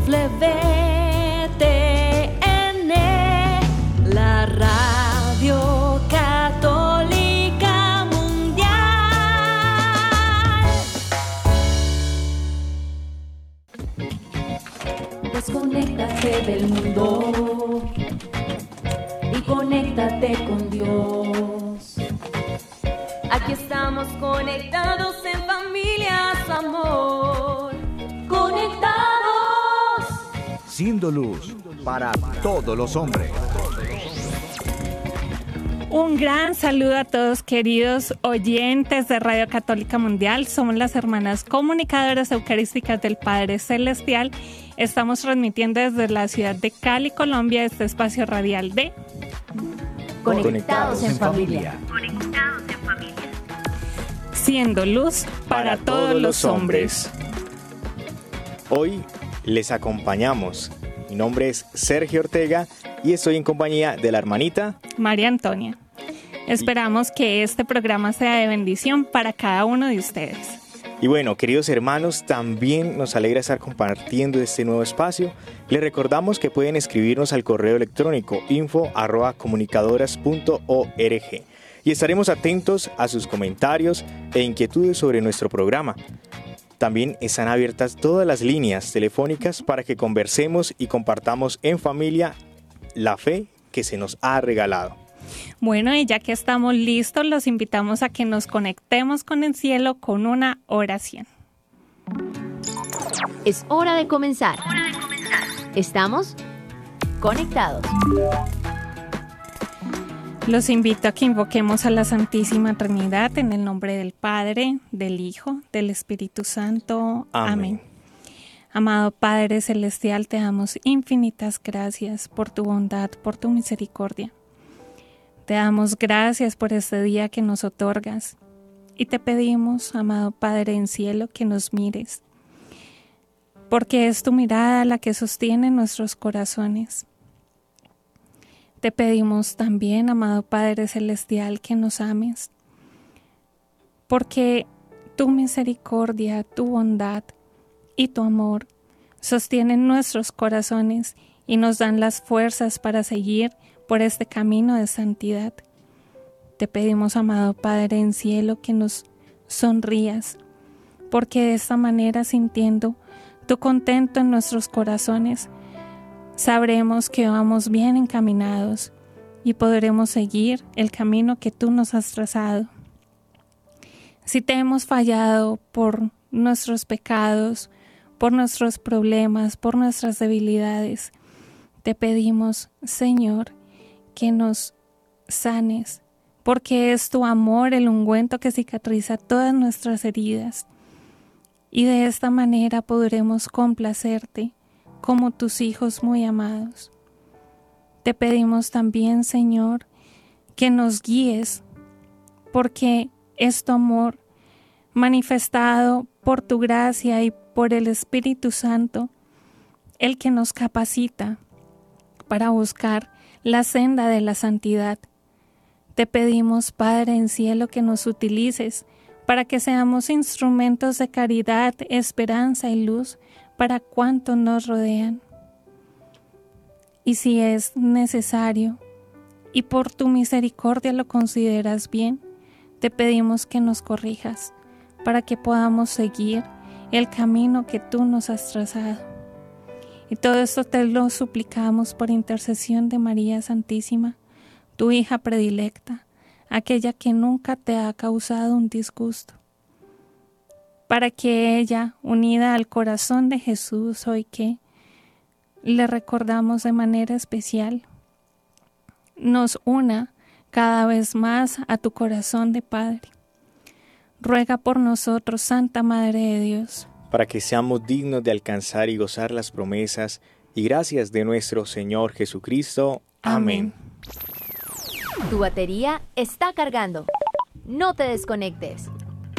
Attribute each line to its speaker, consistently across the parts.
Speaker 1: la Radio Católica Mundial. Desconéctate del mundo y conéctate con Dios. Aquí estamos conectados en familias, amor. Conectados.
Speaker 2: Siendo luz para todos los hombres.
Speaker 3: Un gran saludo a todos, queridos oyentes de Radio Católica Mundial. Somos las hermanas comunicadoras eucarísticas del Padre Celestial. Estamos transmitiendo desde la ciudad de Cali, Colombia, este espacio radial de
Speaker 1: Conectados en familia.
Speaker 3: Siendo luz para todos los hombres.
Speaker 4: Hoy les acompañamos. Mi nombre es Sergio Ortega y estoy en compañía de la hermanita
Speaker 3: María Antonia. Esperamos que este programa sea de bendición para cada uno de ustedes.
Speaker 4: Y bueno, queridos hermanos, también nos alegra estar compartiendo este nuevo espacio. Les recordamos que pueden escribirnos al correo electrónico info@comunicadoras.org y estaremos atentos a sus comentarios e inquietudes sobre nuestro programa. También están abiertas todas las líneas telefónicas para que conversemos y compartamos en familia la fe que se nos ha regalado.
Speaker 3: Bueno, y ya que estamos listos, los invitamos a que nos conectemos con el cielo con una oración.
Speaker 5: Es hora de comenzar. Estamos conectados.
Speaker 3: Los invito a que invoquemos a la Santísima Trinidad en el nombre del Padre, del Hijo, del Espíritu Santo. Amén. Amado Padre Celestial, te damos infinitas gracias por tu bondad, por tu misericordia. Te damos gracias por este día que nos otorgas y te pedimos, amado Padre en cielo, que nos mires, porque es tu mirada la que sostiene nuestros corazones. Te pedimos también, amado Padre Celestial, que nos ames, porque tu misericordia, tu bondad y tu amor sostienen nuestros corazones y nos dan las fuerzas para seguir por este camino de santidad. Te pedimos, amado Padre en cielo, que nos sonrías, porque de esta manera, sintiendo tu contento en nuestros corazones, sabremos que vamos bien encaminados y podremos seguir el camino que tú nos has trazado. Si te hemos fallado por nuestros pecados, por nuestros problemas, por nuestras debilidades, te pedimos, Señor, que nos sanes, porque es tu amor el ungüento que cicatriza todas nuestras heridas. Y de esta manera podremos complacerte como tus hijos muy amados. Te pedimos también, Señor, que nos guíes, porque es tu amor manifestado por tu gracia y por el Espíritu Santo el que nos capacita para buscar la senda de la santidad. Te pedimos, Padre en cielo, que nos utilices para que seamos instrumentos de caridad, esperanza y luz para cuantos nos rodean. Y si es necesario y por tu misericordia lo consideras bien, te pedimos que nos corrijas para que podamos seguir el camino que tú nos has trazado. Y todo esto te lo suplicamos por intercesión de María Santísima, tu hija predilecta, aquella que nunca te ha causado un disgusto, para que ella, unida al corazón de Jesús, hoy que le recordamos de manera especial, nos una cada vez más a tu corazón de Padre. Ruega por nosotros, Santa Madre de Dios,
Speaker 4: para que seamos dignos de alcanzar y gozar las promesas y gracias de nuestro Señor Jesucristo. Amén.
Speaker 5: Tu batería está cargando. No te desconectes.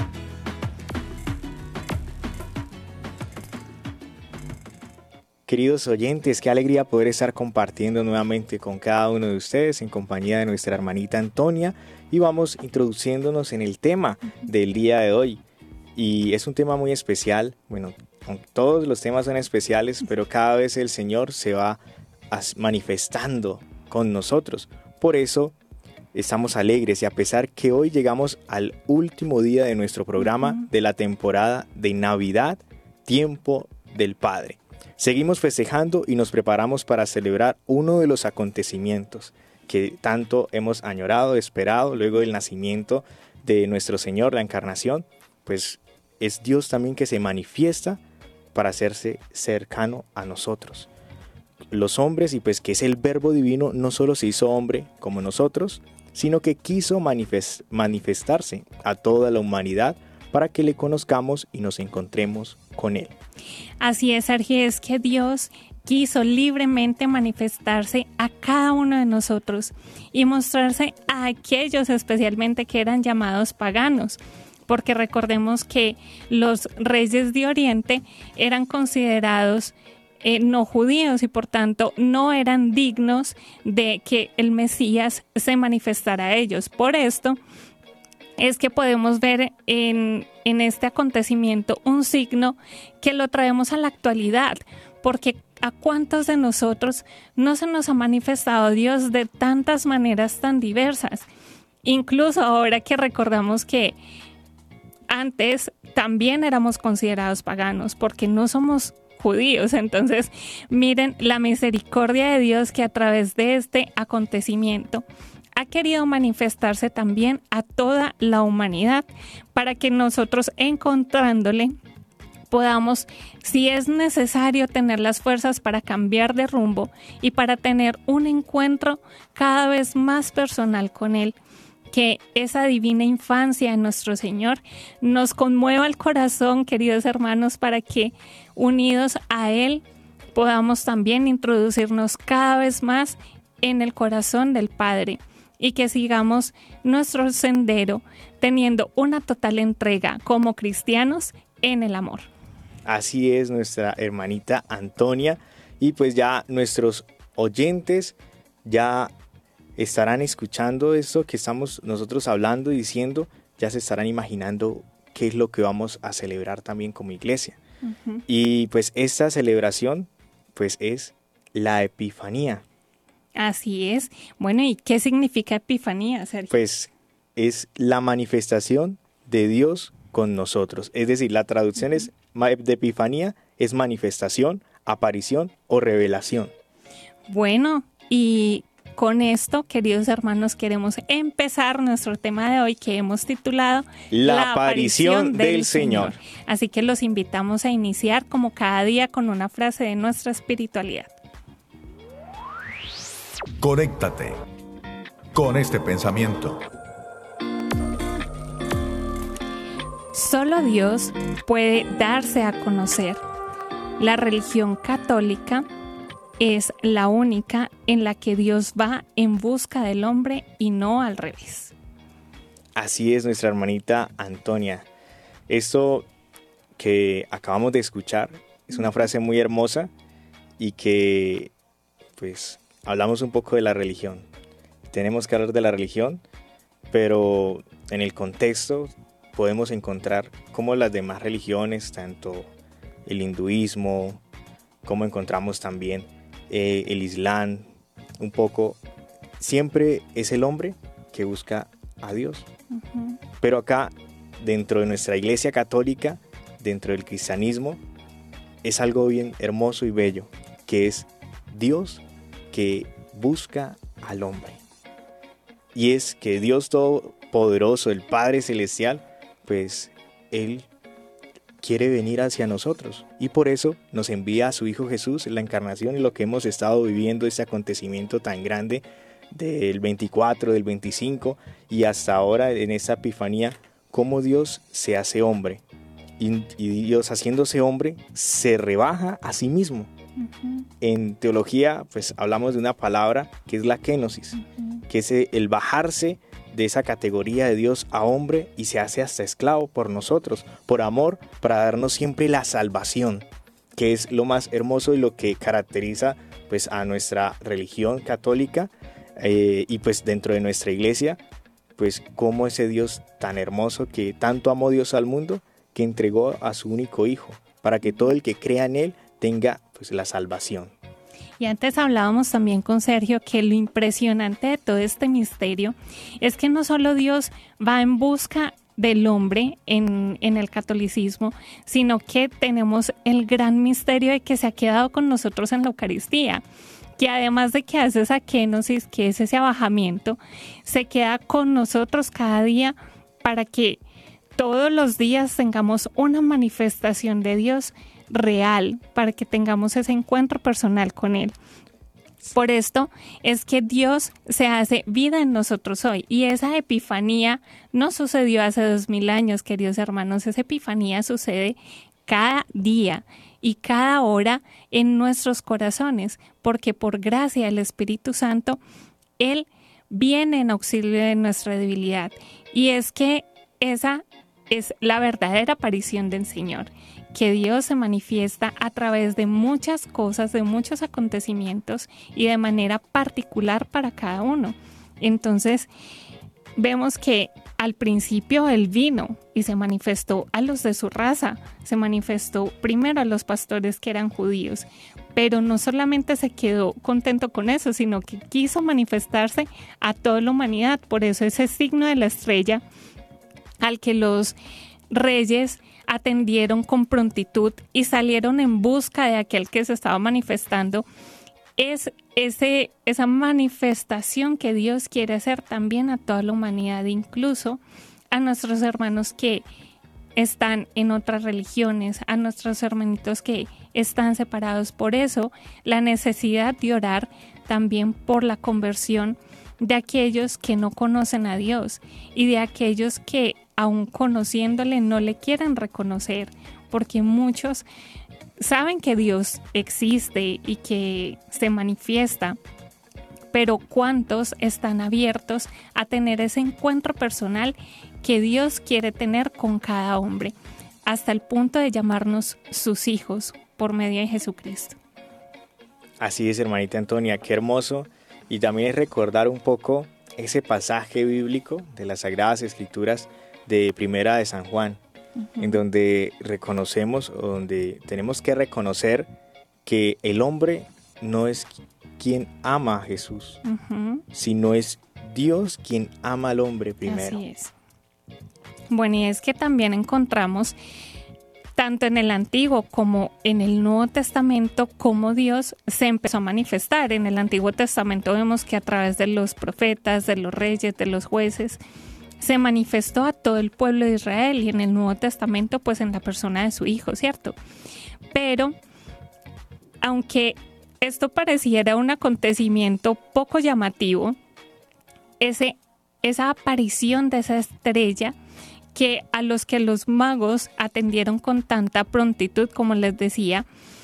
Speaker 4: Queridos oyentes, qué alegría poder estar compartiendo nuevamente con cada uno de ustedes en compañía de nuestra hermanita Antonia, y vamos introduciéndonos en el tema del día de hoy. Y es un tema muy especial. Bueno, aunque todos los temas son especiales, pero cada vez el Señor se va manifestando con nosotros. Por eso estamos alegres, y a pesar que hoy llegamos al último día de nuestro programa de la temporada de Navidad, Tiempo del Padre, seguimos festejando y nos preparamos para celebrar uno de los acontecimientos que tanto hemos añorado, esperado, luego del nacimiento de nuestro Señor, la encarnación. Pues es Dios también que se manifiesta para hacerse cercano a nosotros, los hombres, y pues que es el Verbo divino, no solo se hizo hombre como nosotros, sino que quiso manifestarse a toda la humanidad para que le conozcamos y nos encontremos con Él.
Speaker 3: Así es, Sergio, es que Dios quiso libremente manifestarse a cada uno de nosotros y mostrarse a aquellos especialmente que eran llamados paganos, porque recordemos que los reyes de Oriente eran considerados no judíos y por tanto no eran dignos de que el Mesías se manifestara a ellos. Por esto es que podemos ver en este acontecimiento un signo que lo traemos a la actualidad, porque ¿a cuántos de nosotros no se nos ha manifestado Dios de tantas maneras tan diversas? Incluso ahora que recordamos que antes también éramos considerados paganos porque no somos judíos. Entonces, miren la misericordia de Dios que a través de este acontecimiento ha querido manifestarse también a toda la humanidad para que nosotros, encontrándole, podamos, si es necesario, tener las fuerzas para cambiar de rumbo y para tener un encuentro cada vez más personal con Él. Que esa divina infancia de nuestro Señor nos conmueva el corazón, queridos hermanos, para que unidos a Él podamos también introducirnos cada vez más en el corazón del Padre y que sigamos nuestro sendero teniendo una total entrega como cristianos en el amor.
Speaker 4: Así es, nuestra hermanita Antonia, y pues ya nuestros oyentes ya estarán escuchando esto que estamos nosotros hablando y diciendo, ya se estarán imaginando qué es lo que vamos a celebrar también como iglesia. Y pues esta celebración pues es la Epifanía.
Speaker 3: Así es. Bueno, ¿y qué significa Epifanía, Sergio?
Speaker 4: Pues es la manifestación de Dios con nosotros. Es decir, la traducción es de Epifanía, es manifestación, aparición o revelación.
Speaker 3: Bueno, y con esto, queridos hermanos, queremos empezar nuestro tema de hoy que hemos titulado
Speaker 4: La aparición del Señor.
Speaker 3: Así que los invitamos a iniciar como cada día con una frase de nuestra espiritualidad.
Speaker 2: Conéctate con este pensamiento.
Speaker 3: Solo Dios puede darse a conocer. La religión católica es la única en la que Dios va en busca del hombre y no al revés.
Speaker 4: Así es, nuestra hermanita Antonia. Esto que acabamos de escuchar es una frase muy hermosa y que pues hablamos un poco de la religión. Tenemos que hablar de la religión, pero en el contexto podemos encontrar cómo las demás religiones, tanto el hinduismo, como encontramos también el Islam, un poco, siempre es el hombre que busca a Dios. Pero acá, dentro de nuestra iglesia católica, dentro del cristianismo, es algo bien hermoso y bello, que es Dios que busca al hombre. Y es que Dios Todopoderoso, el Padre Celestial, pues Él quiere venir hacia nosotros y por eso nos envía a su Hijo Jesús, la encarnación, y lo que hemos estado viviendo, este acontecimiento tan grande del 24, del 25 y hasta ahora en esta Epifanía, cómo Dios se hace hombre y Dios, haciéndose hombre, se rebaja a sí mismo. En teología pues hablamos de una palabra que es la kenosis, que es el bajarse de esa categoría de Dios a hombre y se hace hasta esclavo por nosotros, por amor, para darnos siempre la salvación, que es lo más hermoso y lo que caracteriza pues a nuestra religión católica y pues dentro de nuestra iglesia, pues como ese Dios tan hermoso que tanto amó Dios al mundo que entregó a su único Hijo para que todo el que crea en Él tenga pues la salvación.
Speaker 3: Y antes hablábamos también con Sergio que lo impresionante de todo este misterio es que no solo Dios va en busca del hombre en el catolicismo, sino que tenemos el gran misterio de que se ha quedado con nosotros en la Eucaristía, que además de que hace esa kenosis, que es ese abajamiento, se queda con nosotros cada día para que todos los días tengamos una manifestación de Dios real, para que tengamos ese encuentro personal con Él. Por esto es que Dios se hace vida en nosotros hoy, y esa epifanía no sucedió hace 2000 años, queridos hermanos. Esa epifanía sucede cada día y cada hora en nuestros corazones, porque por gracia del Espíritu Santo, Él viene en auxilio de nuestra debilidad. Y es que esa es la verdadera aparición del Señor, que Dios se manifiesta a través de muchas cosas, de muchos acontecimientos y de manera particular para cada uno. Entonces, vemos que al principio Él vino y se manifestó a los de su raza, se manifestó primero a los pastores que eran judíos, pero no solamente se quedó contento con eso, sino que quiso manifestarse a toda la humanidad. Por eso ese signo de la estrella al que los reyes atendieron con prontitud y salieron en busca de aquel que se estaba manifestando, es esa manifestación que Dios quiere hacer también a toda la humanidad, incluso a nuestros hermanos que están en otras religiones, a nuestros hermanitos que están separados. Por eso, la necesidad de orar también por la conversión de aquellos que no conocen a Dios y de aquellos que, aun conociéndole, no le quieren reconocer, porque muchos saben que Dios existe y que se manifiesta, pero ¿cuántos están abiertos a tener ese encuentro personal que Dios quiere tener con cada hombre, hasta el punto de llamarnos sus hijos por medio de Jesucristo?
Speaker 4: Así es, hermanita Antonia, qué hermoso. Y también es recordar un poco ese pasaje bíblico de las Sagradas Escrituras de Primera de San Juan, en donde reconocemos, o donde tenemos que reconocer que el hombre no es quien ama a Jesús, sino es Dios quien ama al hombre primero.
Speaker 3: Así es. Bueno, y es que también encontramos tanto en el Antiguo como en el Nuevo Testamento cómo Dios se empezó a manifestar. En el Antiguo Testamento vemos que a través de los profetas, de los reyes, de los jueces, se manifestó a todo el pueblo de Israel, y en el Nuevo Testamento pues en la persona de su Hijo, ¿cierto? Pero aunque esto pareciera un acontecimiento poco llamativo, esa aparición de esa estrella que a los magos atendieron con tanta prontitud, como les decía,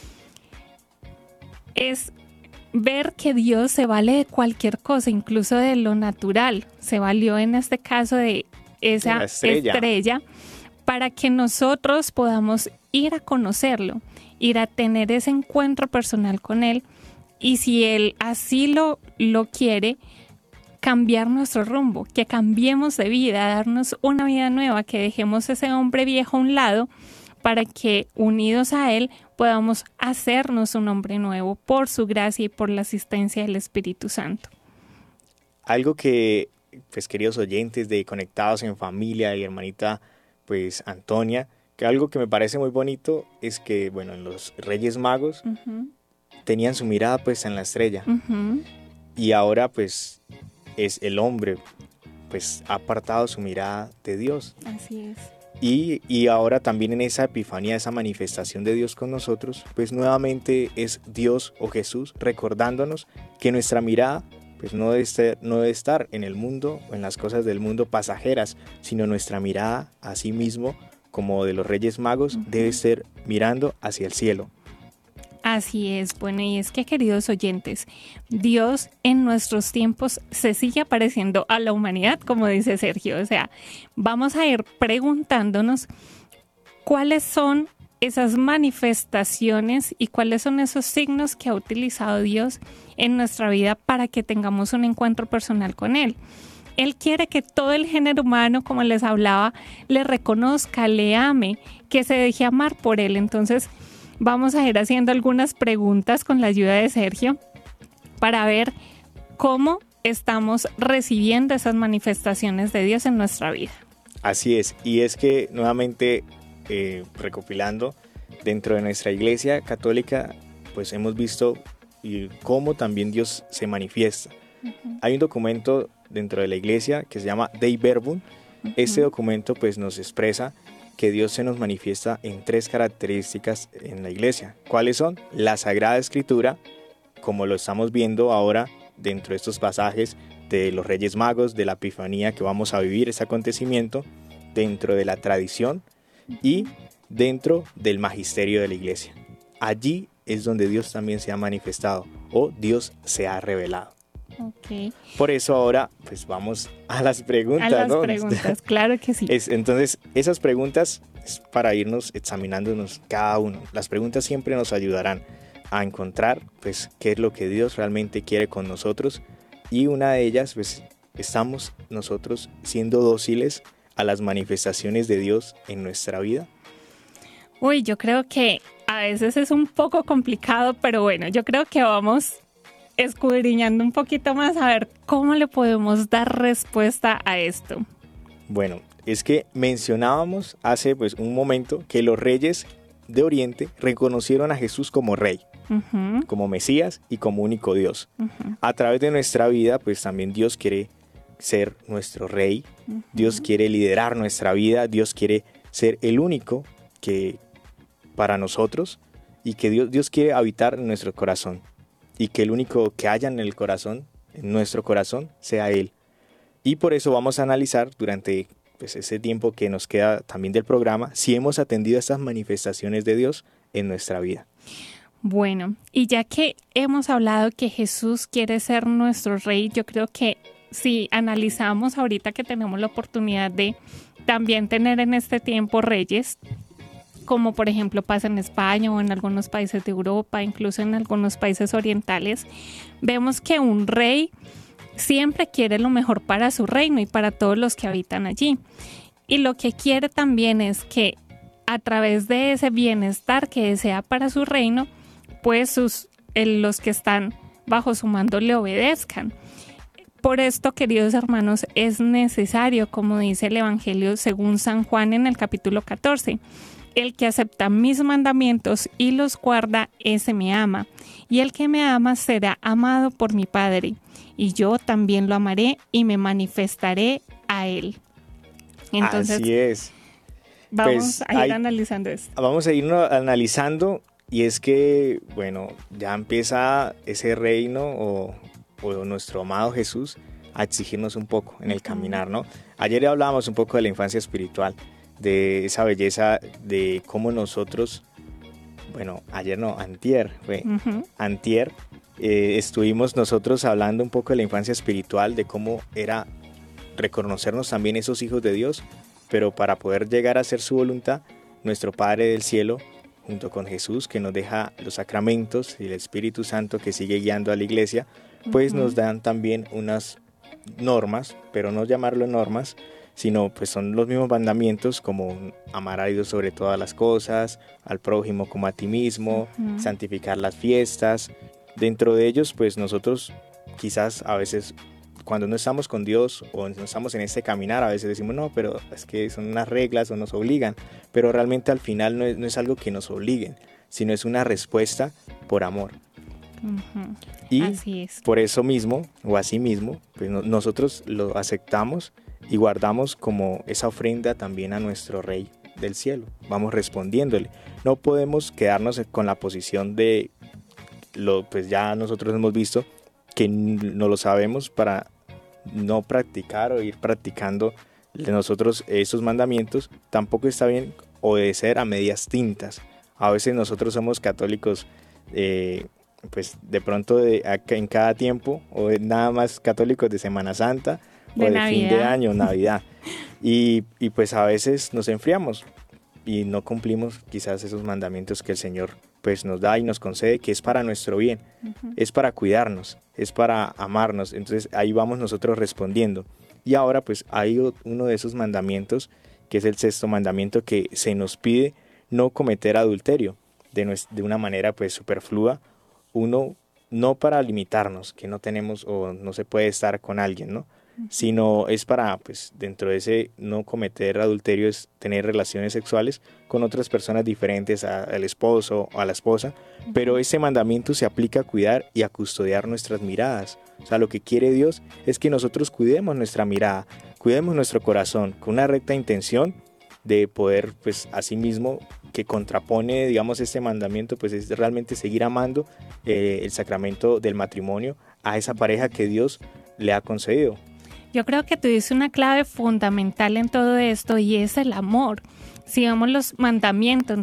Speaker 3: es ver que Dios se vale de cualquier cosa, incluso de lo natural. Se valió en este caso de esa estrella para que nosotros podamos ir a conocerlo, ir a tener ese encuentro personal con Él, y si Él así lo quiere, cambiar nuestro rumbo, que cambiemos de vida, darnos una vida nueva, que dejemos ese hombre viejo a un lado para que unidos a Él podamos hacernos un hombre nuevo por su gracia y por la asistencia del Espíritu Santo.
Speaker 4: Algo que, pues queridos oyentes de Conectados en Familia y hermanita pues Antonia, que algo que me parece muy bonito es que, bueno, en los Reyes Magos tenían su mirada pues en la estrella, y ahora pues es el hombre, pues ha apartado su mirada de Dios.
Speaker 3: Así es.
Speaker 4: Y ahora también en esa epifanía, esa manifestación de Dios con nosotros, pues nuevamente es Dios o Jesús recordándonos que nuestra mirada pues no debe estar en el mundo o en las cosas del mundo pasajeras, sino nuestra mirada a sí mismo, como de los Reyes Magos, debe ser mirando hacia el cielo.
Speaker 3: Así es. Bueno, y es que, queridos oyentes, Dios en nuestros tiempos se sigue apareciendo a la humanidad, como dice Sergio. O sea, vamos a ir preguntándonos cuáles son esas manifestaciones y cuáles son esos signos que ha utilizado Dios en nuestra vida para que tengamos un encuentro personal con Él. Él quiere que todo el género humano, como les hablaba, le reconozca, le ame, que se deje amar por Él. Entonces, vamos a ir haciendo algunas preguntas con la ayuda de Sergio para ver cómo estamos recibiendo esas manifestaciones de Dios en nuestra vida.
Speaker 4: Así es, y es que nuevamente recopilando, dentro de nuestra iglesia católica, pues hemos visto cómo también Dios se manifiesta. Hay un documento dentro de la iglesia que se llama Dei Verbum. Este documento pues nos expresa que Dios se nos manifiesta en 3 características en la iglesia. ¿Cuáles son? La Sagrada Escritura, como lo estamos viendo ahora dentro de estos pasajes de los Reyes Magos, de la Epifanía que vamos a vivir, ese acontecimiento, dentro de la tradición y dentro del magisterio de la iglesia. Allí es donde Dios también se ha manifestado o Dios se ha revelado.
Speaker 3: Okay.
Speaker 4: Por eso ahora pues vamos a las preguntas.
Speaker 3: A las
Speaker 4: ¿no?
Speaker 3: preguntas, claro que sí.
Speaker 4: Entonces esas preguntas es para irnos examinándonos cada uno. Las preguntas siempre nos ayudarán a encontrar pues qué es lo que Dios realmente quiere con nosotros, y una de ellas pues estamos nosotros siendo dóciles a las manifestaciones de Dios en nuestra vida.
Speaker 3: Uy, yo creo que a veces es un poco complicado, pero bueno, yo creo que vamos escudriñando un poquito más a ver cómo le podemos dar respuesta a esto.
Speaker 4: Bueno, es que mencionábamos hace pues un momento que los reyes de Oriente reconocieron a Jesús como rey, como Mesías y como único Dios. A través de nuestra vida pues también Dios quiere ser nuestro rey, Dios quiere liderar nuestra vida, Dios quiere ser el único que para nosotros, y que Dios quiere habitar en nuestro corazón, y que el único que haya en el corazón, en nuestro corazón, sea Él. Y por eso vamos a analizar durante pues, ese tiempo que nos queda también del programa, si hemos atendido a estas manifestaciones de Dios en nuestra vida.
Speaker 3: Bueno, y ya que hemos hablado que Jesús quiere ser nuestro rey, yo creo que si analizamos ahorita que tenemos la oportunidad de también tener en este tiempo reyes, como por ejemplo pasa en España o en algunos países de Europa, incluso en algunos países orientales, vemos que un rey siempre quiere lo mejor para su reino y para todos los que habitan allí. Y lo que quiere también es que a través de ese bienestar que desea para su reino, pues los que están bajo su mando le obedezcan. Por esto, queridos hermanos, es necesario, como dice el Evangelio según San Juan en el capítulo 14, el que acepta mis mandamientos y los guarda, ese me ama. Y el que me ama será amado por mi Padre. Y yo también lo amaré y me manifestaré a él. Entonces,
Speaker 4: así es.
Speaker 3: Vamos a ir analizando esto.
Speaker 4: Vamos a ir analizando, y es que, bueno, ya empieza ese reino o nuestro amado Jesús a exigirnos un poco en el caminar, ¿no? Ayer hablábamos un poco de la infancia espiritual, de esa belleza de cómo nosotros, bueno, ayer no, antier, antier, estuvimos nosotros hablando un poco de la infancia espiritual, de cómo era reconocernos también esos hijos de Dios, pero para poder llegar a hacer su voluntad, nuestro Padre del cielo, junto con Jesús, que nos deja los sacramentos, y el Espíritu Santo que sigue guiando a la iglesia, pues nos dan también unas normas, pero no llamarlo normas, sino pues son los mismos mandamientos, como amar a Dios sobre todas las cosas, al prójimo como a ti mismo, santificar las fiestas. Dentro de ellos, pues nosotros quizás a veces, cuando no estamos con Dios o no estamos en este caminar, a veces decimos, no, pero es que son unas reglas o nos obligan, pero realmente al final no es algo que nos obliguen, sino es una respuesta por amor. Y así es. Por eso mismo, o así mismo, pues nosotros lo aceptamos y guardamos como esa ofrenda también a nuestro Rey del cielo. Vamos respondiéndole. No podemos quedarnos con la posición de pues ya nosotros hemos visto que no lo sabemos, para no practicar o ir practicando de nosotros esos mandamientos. Tampoco está bien obedecer a medias tintas. A veces nosotros somos católicos pues de pronto en cada tiempo, o nada más católicos de Semana Santa o de fin de año, Navidad, y pues a veces nos enfriamos y no cumplimos quizás esos mandamientos que el Señor pues nos da y nos concede, que es para nuestro bien, es para cuidarnos, es para amarnos. Entonces ahí vamos nosotros respondiendo. Y ahora pues hay uno de esos mandamientos, que es el 6º mandamiento, que se nos pide no cometer adulterio de una manera pues superflua, uno no para limitarnos, que no tenemos o no se puede estar con alguien, ¿no? Sino es para, pues dentro de ese no cometer adulterio, es tener relaciones sexuales con otras personas diferentes al esposo o a la esposa, pero ese mandamiento se aplica a cuidar y a custodiar nuestras miradas. O sea, lo que quiere Dios es que nosotros cuidemos nuestra mirada, cuidemos nuestro corazón con una recta intención de poder, pues asimismo, que contrapone, digamos, este mandamiento, pues es realmente seguir amando el sacramento del matrimonio a esa pareja que Dios le ha concedido.
Speaker 3: Yo creo que tú dices una clave fundamental en todo esto, y es el amor. Si vemos los mandamientos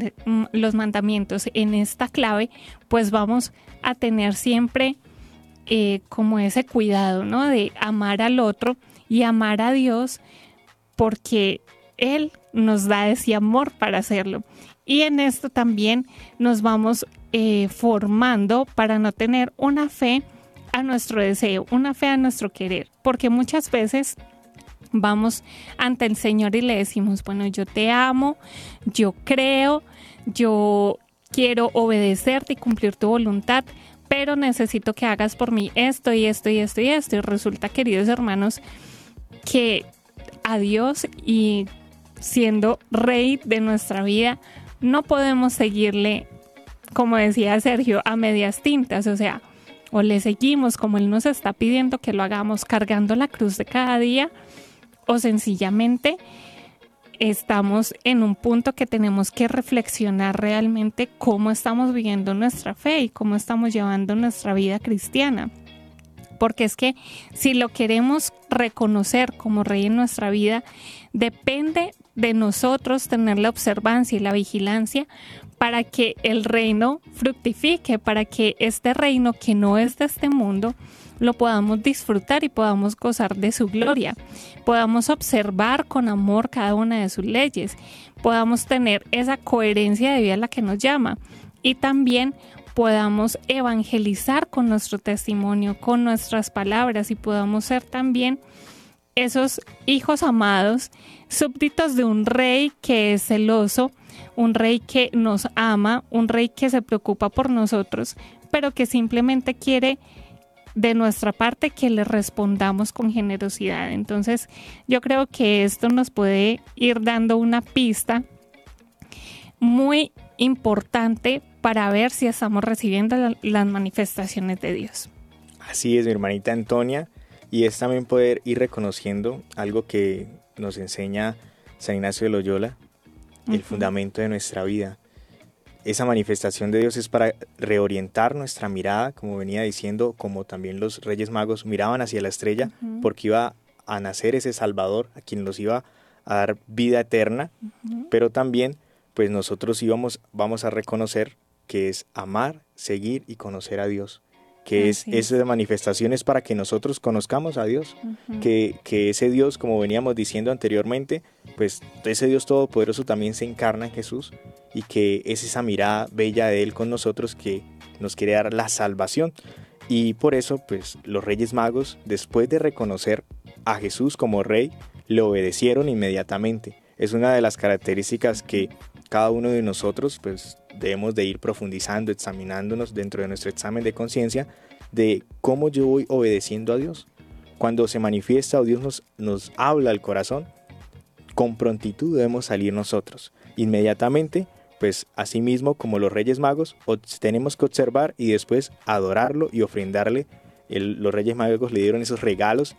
Speaker 3: en esta clave, pues vamos a tener siempre como ese cuidado, ¿no? De amar al otro y amar a Dios, porque Él nos da ese amor para hacerlo. Y en esto también nos vamos formando para no tener una fe a nuestro deseo, una fe a nuestro querer, porque muchas veces vamos ante el Señor y le decimos, bueno, yo te amo, yo creo, yo quiero obedecerte y cumplir tu voluntad, pero necesito que hagas por mí esto y esto y esto y esto. Y resulta, queridos hermanos, que a Dios, y siendo Rey de nuestra vida, no podemos seguirle, como decía Sergio, a medias tintas. O sea, o le seguimos como Él nos está pidiendo que lo hagamos, cargando la cruz de cada día, o sencillamente estamos en un punto que tenemos que reflexionar realmente cómo estamos viviendo nuestra fe y cómo estamos llevando nuestra vida cristiana. Porque es que si lo queremos reconocer como Rey en nuestra vida, depende de nosotros tener la observancia y la vigilancia para que el reino fructifique, para que este reino que no es de este mundo lo podamos disfrutar y podamos gozar de su gloria, podamos observar con amor cada una de sus leyes, podamos tener esa coherencia de vida a la que nos llama, y también podamos evangelizar con nuestro testimonio, con nuestras palabras, y podamos ser también esos hijos amados, súbditos de un Rey que es celoso, un Rey que nos ama, un Rey que se preocupa por nosotros, pero que simplemente quiere de nuestra parte que le respondamos con generosidad. Entonces, yo creo que esto nos puede ir dando una pista muy importante para ver si estamos recibiendo las manifestaciones de Dios.
Speaker 4: Así es, mi hermanita Antonia, y es también poder ir reconociendo algo que nos enseña San Ignacio de Loyola, el fundamento de nuestra vida. Esa manifestación de Dios es para reorientar nuestra mirada, como venía diciendo, como también los Reyes Magos miraban hacia la estrella, porque iba a nacer ese Salvador, a quien nos iba a dar vida eterna, pero también pues nosotros vamos a reconocer que es amar, seguir y conocer a Dios, que esas manifestaciones para que nosotros conozcamos a Dios, que ese Dios, como veníamos diciendo anteriormente, pues ese Dios todopoderoso también se encarna en Jesús, y que es esa mirada bella de Él con nosotros que nos quiere dar la salvación. Y por eso pues los Reyes Magos, después de reconocer a Jesús como Rey, le obedecieron inmediatamente. Es una de las características que cada uno de nosotros pues debemos de ir profundizando, examinándonos dentro de nuestro examen de conciencia, de cómo yo voy obedeciendo a Dios. Cuando se manifiesta o Dios nos habla al corazón, con prontitud debemos salir nosotros. Inmediatamente, pues asimismo como los Reyes Magos, tenemos que observar y después adorarlo y ofrendarle. Los Reyes Magos le dieron esos regalos,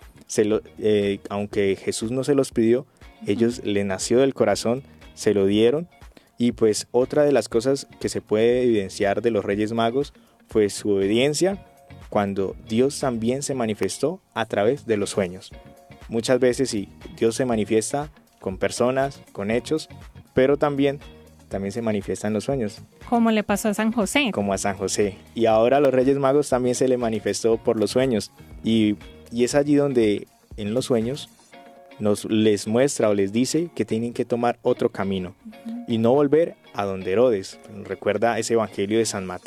Speaker 4: aunque Jesús no se los pidió, ellos le nació del corazón, se lo dieron. Y pues otra de las cosas que se puede evidenciar de los Reyes Magos fue su obediencia, cuando Dios también se manifestó a través de los sueños. Muchas veces sí, Dios se manifiesta con personas, con hechos, pero también se manifiesta en los sueños.
Speaker 3: Como le pasó a San José.
Speaker 4: Como a San José. Y ahora a los Reyes Magos también se le manifestó por los sueños. Y es allí donde en los sueños les muestra o les dice que tienen que tomar otro camino y no volver a donde Herodes. Recuerda ese evangelio de San Mateo,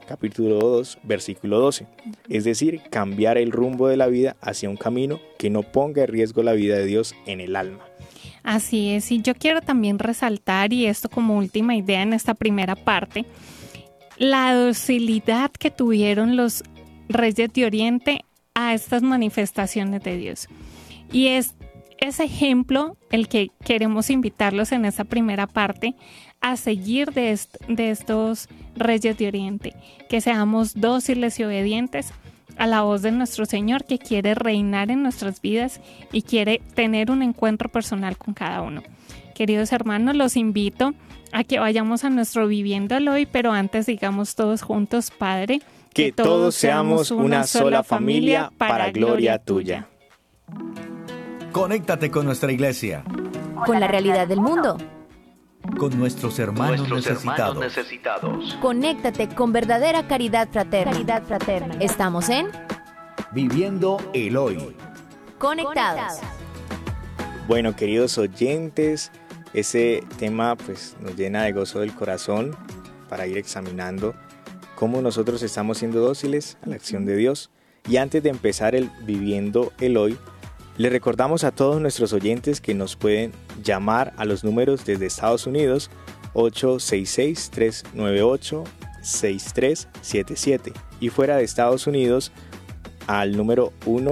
Speaker 4: capítulo 2, versículo 12. Es decir, cambiar el rumbo de la vida hacia un camino que no ponga en riesgo la vida de Dios en el alma.
Speaker 3: Así es, y yo quiero también resaltar, y esto como última idea en esta primera parte, la docilidad que tuvieron los reyes de Oriente a estas manifestaciones de Dios. Y es ese ejemplo el que queremos invitarlos en esta primera parte a seguir de estos reyes de Oriente, que seamos dóciles y obedientes a la voz de nuestro Señor, que quiere reinar en nuestras vidas y quiere tener un encuentro personal con cada uno. Queridos hermanos, los invito a que vayamos a nuestro Viviendo el Hoy, pero antes digamos todos juntos: Padre,
Speaker 4: que todos seamos una sola familia para gloria tuya.
Speaker 2: Conéctate con nuestra iglesia,
Speaker 5: Con la realidad del mundo.
Speaker 2: con nuestros hermanos necesitados.
Speaker 5: Conéctate con verdadera caridad fraterna. Estamos en
Speaker 2: Viviendo el Hoy.
Speaker 5: Conectados.
Speaker 4: Bueno, queridos oyentes, ese tema pues nos llena de gozo del corazón para ir examinando cómo nosotros estamos siendo dóciles a la acción de Dios. Y antes de empezar el Viviendo el Hoy, le recordamos a todos nuestros oyentes que nos pueden llamar a los números desde Estados Unidos 866-398-6377 y fuera de Estados Unidos al número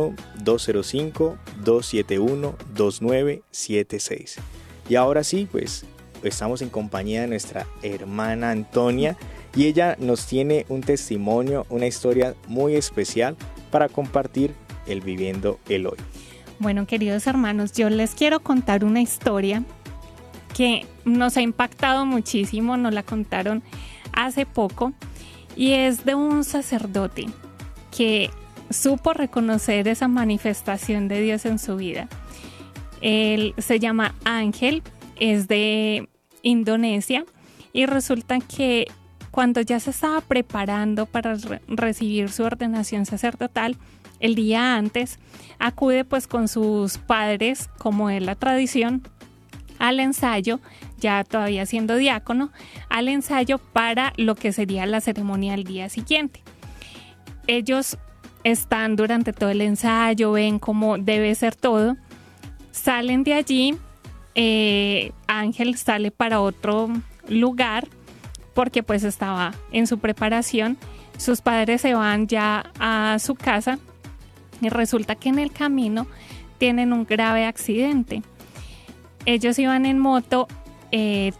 Speaker 4: 1-205-271-2976. Y ahora sí, pues estamos en compañía de nuestra hermana Antonia y ella nos tiene un testimonio, una historia muy especial para compartir el Viviendo el Hoy.
Speaker 3: Bueno, queridos hermanos, yo les quiero contar una historia que nos ha impactado muchísimo, nos la contaron hace poco, y es de un sacerdote que supo reconocer esa manifestación de Dios en su vida. Él se llama Ángel, es de Indonesia, y resulta que cuando ya se estaba preparando para recibir su ordenación sacerdotal, el día antes acude pues con sus padres, como es la tradición, al ensayo, ya todavía siendo diácono, al ensayo para lo que sería la ceremonia al día siguiente. Ellos están durante todo el ensayo, ven cómo debe ser todo, salen de allí, Ángel sale para otro lugar porque pues estaba en su preparación, sus padres se van ya a su casa y resulta que en el camino tienen un grave accidente. Ellos iban en moto, se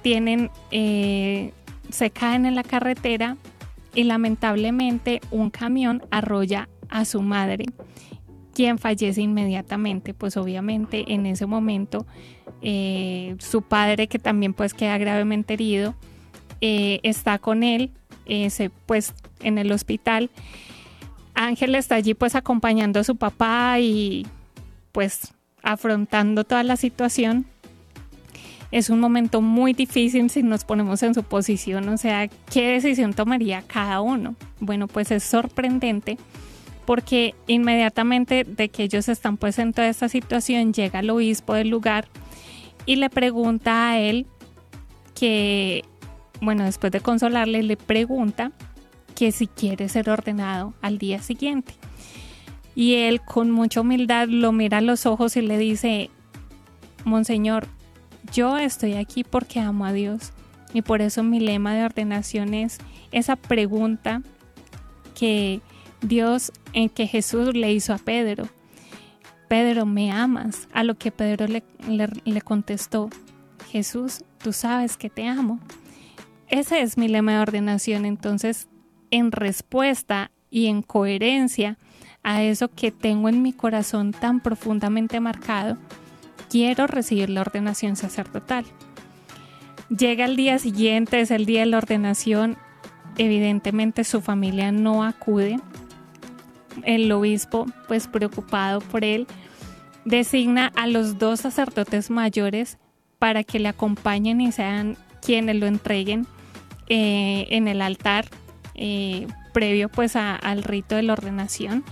Speaker 3: caen en la carretera y lamentablemente un camión arrolla a su madre, quien fallece inmediatamente. Pues obviamente en ese momento su padre, que también pues queda gravemente herido, está con él pues en el hospital. Ángel está allí pues acompañando a su papá y pues afrontando toda la situación. Es un momento muy difícil si nos ponemos en su posición, o sea, ¿qué decisión tomaría cada uno? Bueno, pues es sorprendente porque inmediatamente de que ellos están pues en toda esta situación, llega el obispo del lugar y le pregunta a él que, bueno, después de consolarle, le pregunta que si quiere ser ordenado al día siguiente. Y él con mucha humildad lo mira a los ojos y le dice: Monseñor, yo estoy aquí porque amo a Dios, y por eso mi lema de ordenación es esa pregunta que que Jesús le hizo a Pedro: Pedro, ¿me amas? A lo que Pedro le contestó: Jesús, tú sabes que te amo. Ese es mi lema de ordenación. Entonces, en respuesta y en coherencia a eso que tengo en mi corazón tan profundamente marcado, quiero recibir la ordenación sacerdotal. Llega el día siguiente, es el día de la ordenación. Evidentemente su familia no acude. El obispo, pues preocupado por él, designa a los 2 sacerdotes mayores para que le acompañen y sean quienes lo entreguen en el altar previo pues al rito de la ordenación.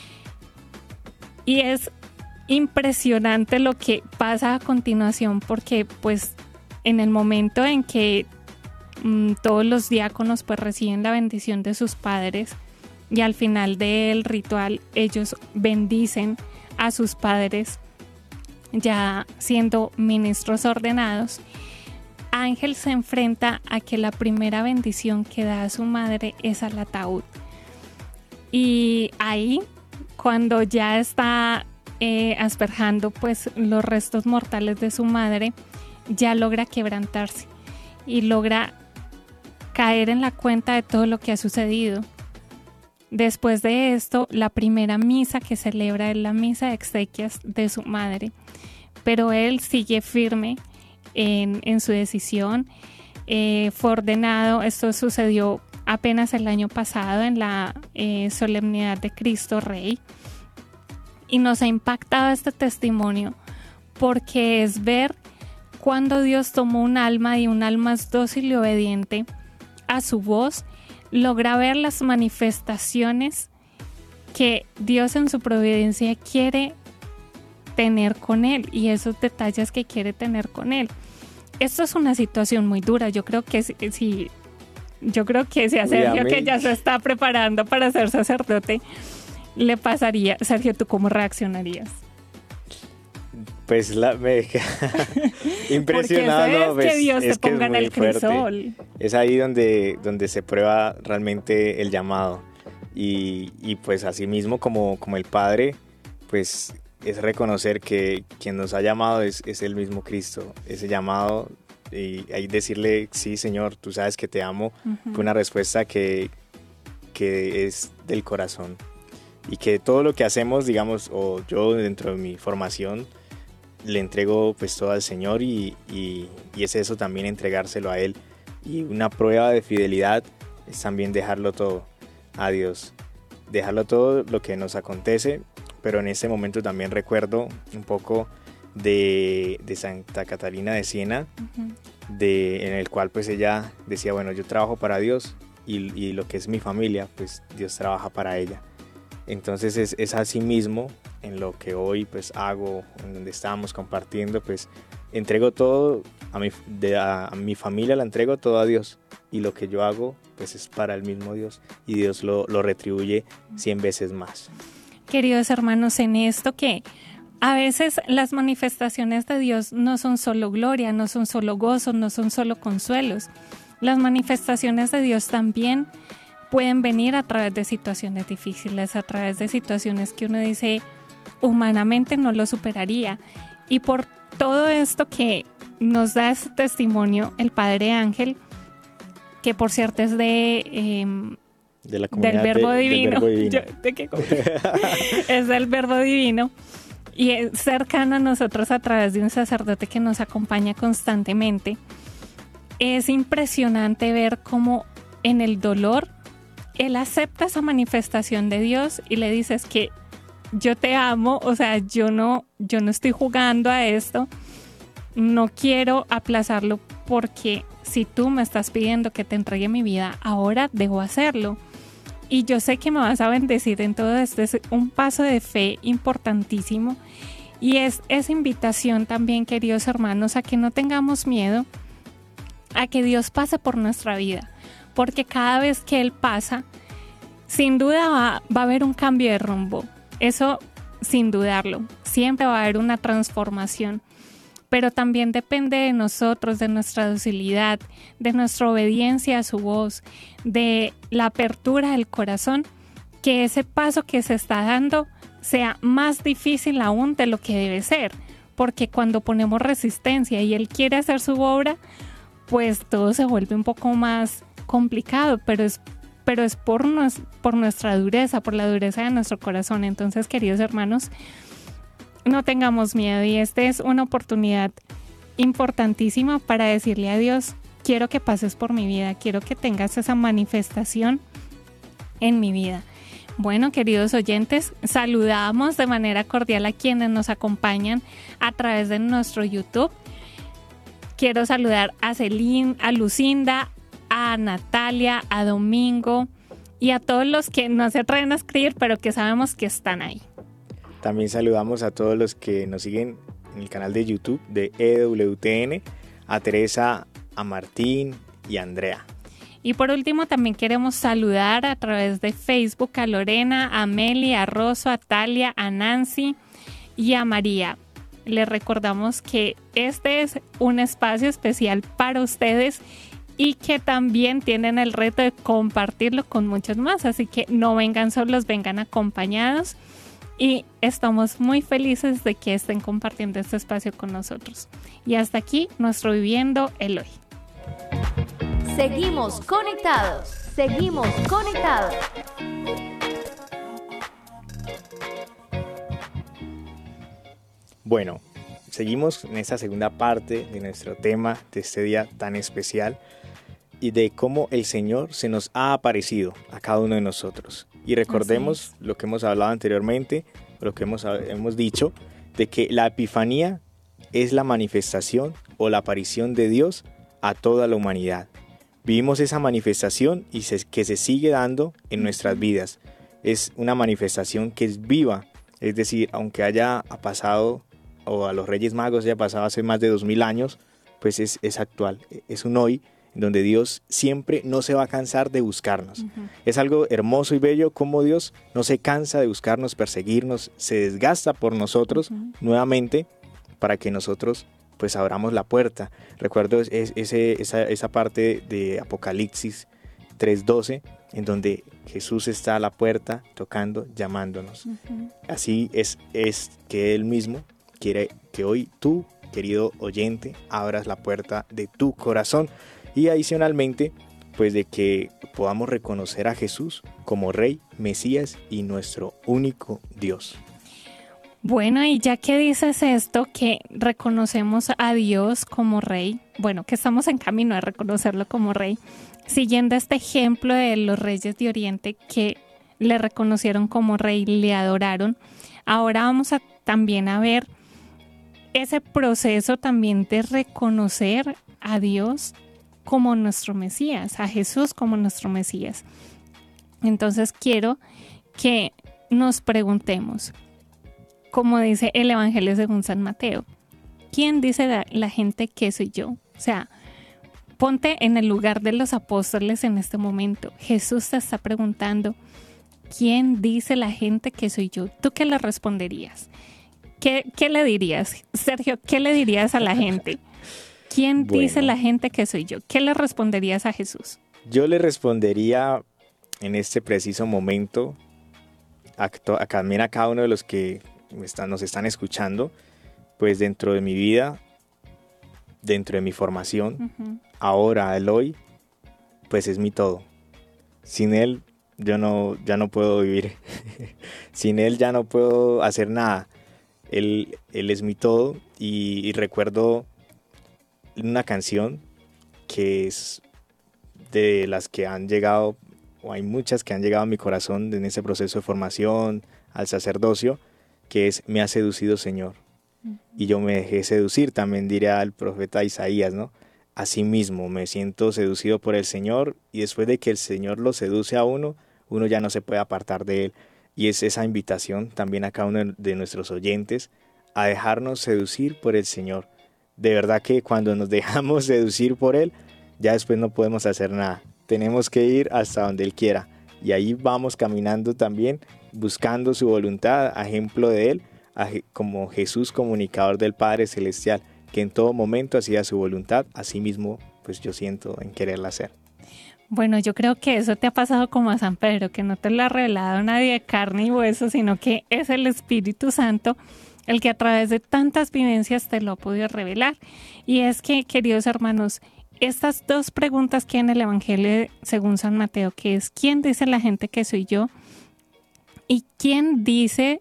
Speaker 3: Y es impresionante lo que pasa a continuación, porque pues en el momento en que todos los diáconos pues reciben la bendición de sus padres y al final del ritual ellos bendicen a sus padres ya siendo ministros ordenados. Ángel se enfrenta a que la primera bendición que da a su madre es al ataúd. Y ahí, cuando ya está asperjando pues los restos mortales de su madre, ya logra quebrantarse y logra caer en la cuenta de todo lo que ha sucedido. Después de esto, la primera misa que celebra es la misa de exequias de su madre, pero él sigue firme en su decisión. Fue ordenado, esto sucedió apenas el año pasado en la solemnidad de Cristo Rey, y nos ha impactado este testimonio porque es ver cuando Dios tomó un alma y un alma es dócil y obediente a su voz, logra ver las manifestaciones que Dios en su providencia quiere tener con él y esos detalles que quiere tener con él. Esto es una situación muy dura. Yo creo que si a Sergio, que ya se está preparando para ser sacerdote, le pasaría. Sergio, ¿tú cómo reaccionarías?
Speaker 4: Pues impresionado.
Speaker 3: Porque que Dios te ponga en el crisol.
Speaker 4: Es ahí donde se prueba realmente el llamado. Y pues así mismo como el Padre, pues es reconocer que quien nos ha llamado es el mismo Cristo. Ese llamado y ahí decirle, sí Señor, tú sabes que te amo, fue una respuesta que es del corazón. Y que todo lo que hacemos, digamos, o yo dentro de mi formación, le entrego pues todo al Señor y es eso también, entregárselo a Él. Y una prueba de fidelidad es también dejarlo todo a Dios. Dejarlo todo lo que nos acontece, pero en este momento también recuerdo un poco de Santa Catalina de Siena, en el cual pues ella decía, bueno, yo trabajo para Dios y lo que es mi familia, pues Dios trabaja para ella. Entonces es así mismo en lo que hoy pues hago, en donde estamos compartiendo, pues entrego todo a mi familia, la entrego todo a Dios, y lo que yo hago pues es para el mismo Dios y Dios lo retribuye 100 veces más.
Speaker 3: Queridos hermanos, en esto que a veces las manifestaciones de Dios no son solo gloria, no son solo gozo, no son solo consuelos. Las manifestaciones de Dios también pueden venir a través de situaciones difíciles, a través de situaciones que uno dice humanamente no lo superaría. Y por todo esto que nos da este testimonio el Padre Ángel, que por cierto es de la comunidad del Verbo Divino. Es del Verbo Divino y es cercano a nosotros a través de un sacerdote que nos acompaña constantemente. Es impresionante ver cómo en el dolor él acepta esa manifestación de Dios y le dice, es que yo te amo, o sea, yo no estoy jugando a esto, no quiero aplazarlo porque si tú me estás pidiendo que te entregue mi vida, ahora debo hacerlo. Y yo sé que me vas a bendecir en todo esto. Es un paso de fe importantísimo. Y es esa invitación también, queridos hermanos, a que no tengamos miedo a que Dios pase por nuestra vida. Porque cada vez que Él pasa, sin duda va a haber un cambio de rumbo. Eso sin dudarlo. Siempre va a haber una transformación. Pero también depende de nosotros, de nuestra docilidad, de nuestra obediencia a su voz, de la apertura del corazón, que ese paso que se está dando sea más difícil aún de lo que debe ser, porque cuando ponemos resistencia y Él quiere hacer su obra, pues todo se vuelve un poco más complicado, pero es por nuestra dureza, por la dureza de nuestro corazón. Entonces, queridos hermanos, no tengamos miedo, y esta es una oportunidad importantísima para decirle a Dios, quiero que pases por mi vida, quiero que tengas esa manifestación en mi vida. Bueno, queridos oyentes, saludamos de manera cordial a quienes nos acompañan a través de nuestro YouTube. Quiero saludar a Celine, a Lucinda, a Natalia, a Domingo y a todos los que no se atreven a escribir, pero que sabemos que están ahí.
Speaker 4: También saludamos a todos los que nos siguen en el canal de YouTube de EWTN, a Teresa, a Martín y Andrea.
Speaker 3: Y por último, también queremos saludar a través de Facebook a Lorena, a Meli, a Rosso, a Talia, a Nancy y a María. Les recordamos que este es un espacio especial para ustedes y que también tienen el reto de compartirlo con muchos más. Así que no vengan solos, vengan acompañados. Y estamos muy felices de que estén compartiendo este espacio con nosotros. Y hasta aquí nuestro Viviendo el Hoy.
Speaker 5: Seguimos conectados. Seguimos conectados.
Speaker 4: Bueno, seguimos en esta segunda parte de nuestro tema de este día tan especial y de cómo el Señor se nos ha aparecido a cada uno de nosotros. Y recordemos lo que hemos hablado anteriormente, lo que hemos dicho, de que la Epifanía es la manifestación o la aparición de Dios a toda la humanidad. Vivimos esa manifestación y que se sigue dando en nuestras vidas. Es una manifestación que es viva, es decir, aunque haya pasado, o a los Reyes Magos haya pasado hace más de 2000 años, pues es actual, es un hoy en donde Dios siempre no se va a cansar de buscarnos. Es algo hermoso y bello como Dios no se cansa de buscarnos, perseguirnos, se desgasta por nosotros nuevamente para que nosotros pues abramos la puerta. Recuerdo esa parte de Apocalipsis 3:12 en donde Jesús está a la puerta tocando, llamándonos. Así es que Él mismo quiere que hoy tú, querido oyente, abras la puerta de tu corazón y adicionalmente pues de que podamos reconocer a Jesús como Rey, Mesías y nuestro único Dios.
Speaker 3: Bueno, y ya que dices esto, que reconocemos a Dios como Rey, bueno, que estamos en camino a reconocerlo como Rey, siguiendo este ejemplo de los reyes de Oriente que le reconocieron como Rey, le adoraron, ahora vamos también a ver ese proceso también de reconocer a Dios como nuestro Mesías, a Jesús como nuestro Mesías. Entonces quiero que nos preguntemos, como dice el Evangelio según San Mateo, ¿quién dice la gente que soy yo? O sea, ponte en el lugar de los apóstoles en este momento. Jesús te está preguntando, ¿quién dice la gente que soy yo? ¿Tú qué le responderías? ¿Qué le dirías? Sergio, ¿qué le dirías a la gente? ¿Quién dice la gente que soy yo? ¿Qué le responderías a Jesús?
Speaker 4: Yo le respondería en este preciso momento también a cada uno de los que nos están escuchando, pues dentro de mi vida, dentro de mi formación, ahora, el hoy, pues es mi todo. Sin Él ya no puedo vivir. Sin Él ya no puedo hacer nada. Él es mi todo y recuerdo una canción que es de las que han llegado, o hay muchas que han llegado a mi corazón en ese proceso de formación al sacerdocio, que es Me ha seducido Señor. Y yo me dejé seducir, también diría el profeta Isaías, ¿no? Así mismo me siento seducido por el Señor y después de que el Señor lo seduce a uno ya no se puede apartar de Él. Y es esa invitación también a cada uno de nuestros oyentes a dejarnos seducir por el Señor. De verdad que cuando nos dejamos seducir por Él, ya después no podemos hacer nada. Tenemos que ir hasta donde Él quiera. Y ahí vamos caminando también, buscando su voluntad, a ejemplo de Él, como Jesús, comunicador del Padre Celestial, que en todo momento hacía su voluntad, así mismo pues yo siento en quererla hacer.
Speaker 3: Bueno, yo creo que eso te ha pasado como a San Pedro, que no te lo ha revelado nadie de carne y hueso, sino que es el Espíritu Santo el que a través de tantas vivencias te lo ha podido revelar. Y es que, queridos hermanos, estas dos preguntas que hay en el Evangelio según San Mateo, que es ¿quién dice la gente que soy yo? Y ¿quién dices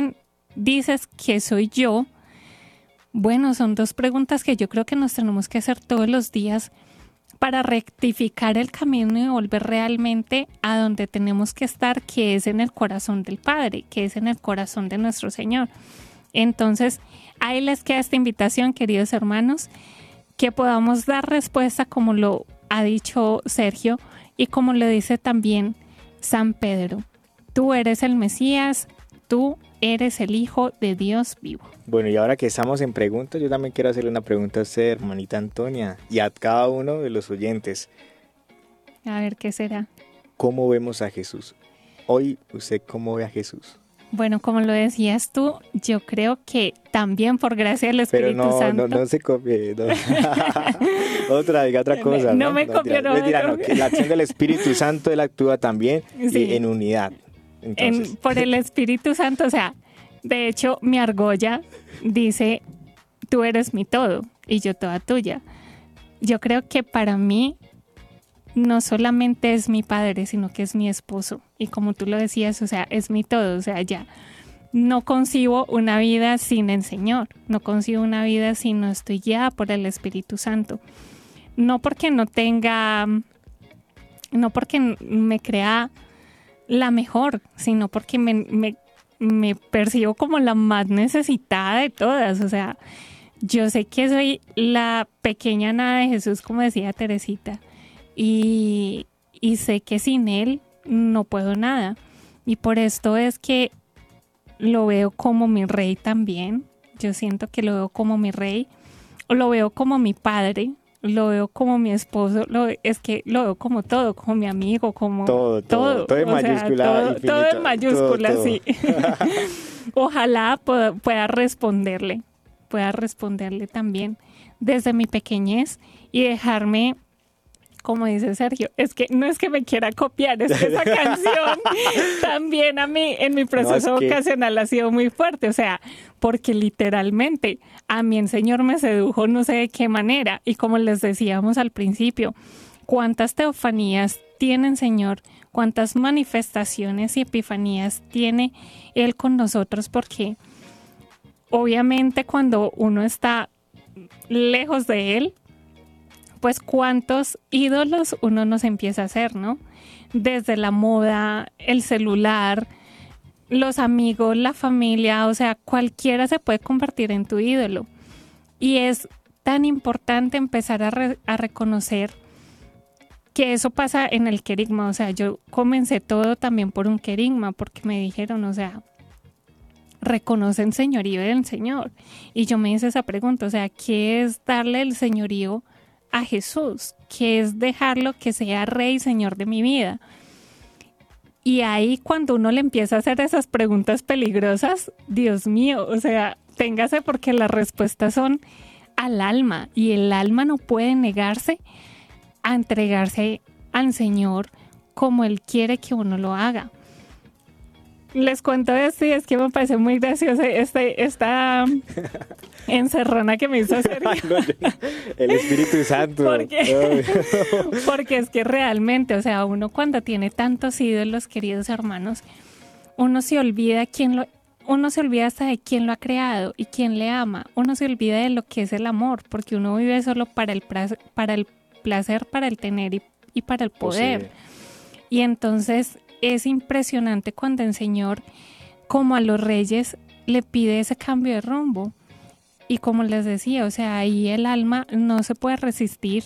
Speaker 3: que soy yo? Bueno, son dos preguntas que yo creo que nos tenemos que hacer todos los días para rectificar el camino y volver realmente a donde tenemos que estar, que es en el corazón del Padre, que es en el corazón de nuestro Señor. Entonces, ahí les queda esta invitación, queridos hermanos, que podamos dar respuesta como lo ha dicho Sergio y como lo dice también San Pedro. Tú eres el Mesías, tú eres el Hijo de Dios vivo.
Speaker 4: Bueno, y ahora que estamos en preguntas, yo también quiero hacerle una pregunta a usted, hermanita Antonia, y a cada uno de los oyentes.
Speaker 3: A ver, ¿qué será?
Speaker 4: ¿Cómo vemos a Jesús? Hoy, ¿usted cómo ve a Jesús?
Speaker 3: Bueno, como lo decías tú, yo creo que también por gracia del Espíritu Santo.
Speaker 4: No se copie. No. Diga otra cosa.
Speaker 3: No me copie,
Speaker 4: que la acción del Espíritu Santo, Él actúa también
Speaker 3: sí.
Speaker 4: En unidad. Entonces.
Speaker 3: Por el Espíritu Santo, o sea, de hecho, mi argolla dice, tú eres mi todo y yo toda tuya. Yo creo que para mí no solamente es mi padre, sino que es mi esposo. Y como tú lo decías, o sea, es mi todo. O sea, ya no concibo una vida sin el Señor. No concibo una vida si no estoy guiada por el Espíritu Santo. No porque me crea la mejor, sino porque me percibo como la más necesitada de todas. O sea, yo sé que soy la pequeña nada de Jesús, como decía Teresita. Y sé que sin Él no puedo nada. Y por esto es que lo veo como mi rey también. Yo siento que lo veo como mi rey. O lo veo como mi padre. Lo veo como mi esposo. Es que lo veo como todo. Como mi amigo. Como todo
Speaker 4: en mayúscula.
Speaker 3: Todo en mayúscula, todo. Sí. Ojalá pueda responderle. Pueda responderle también desde mi pequeñez. Y dejarme... Como dice Sergio, es que no es que me quiera copiar, es que esa canción también a mí en mi proceso vocacional ha sido muy fuerte, o sea, porque literalmente a mí el Señor me sedujo no sé de qué manera, y como les decíamos al principio, cuántas teofanías tiene el Señor, cuántas manifestaciones y epifanías tiene Él con nosotros, porque obviamente cuando uno está lejos de Él, pues cuántos ídolos uno nos empieza a hacer, ¿no? Desde la moda, el celular, los amigos, la familia, o sea, cualquiera se puede convertir en tu ídolo. Y es tan importante empezar a reconocer que eso pasa en el querigma. O sea, yo comencé todo también por un querigma, porque me dijeron, o sea, reconoce el señorío del Señor. Y yo me hice esa pregunta, o sea, ¿qué es darle el señorío a Jesús? Que es dejarlo que sea rey y señor de mi vida. Y ahí cuando uno le empieza a hacer esas preguntas peligrosas, Dios mío, o sea, téngase, porque las respuestas son al alma, y el alma no puede negarse a entregarse al Señor como Él quiere que uno lo haga. Les cuento esto y es que me parece muy gracioso esta encerrona que me hizo Sergio.
Speaker 4: El Espíritu Santo.
Speaker 3: Porque es que realmente, o sea, uno cuando tiene tantos ídolos, queridos hermanos, uno se olvida hasta de quién lo ha creado y quién le ama. Uno se olvida de lo que es el amor, porque uno vive solo para el placer, para el tener y para el poder. Y entonces es impresionante cuando el Señor, como a los reyes, le pide ese cambio de rumbo. Y como les decía, o sea, ahí el alma no se puede resistir,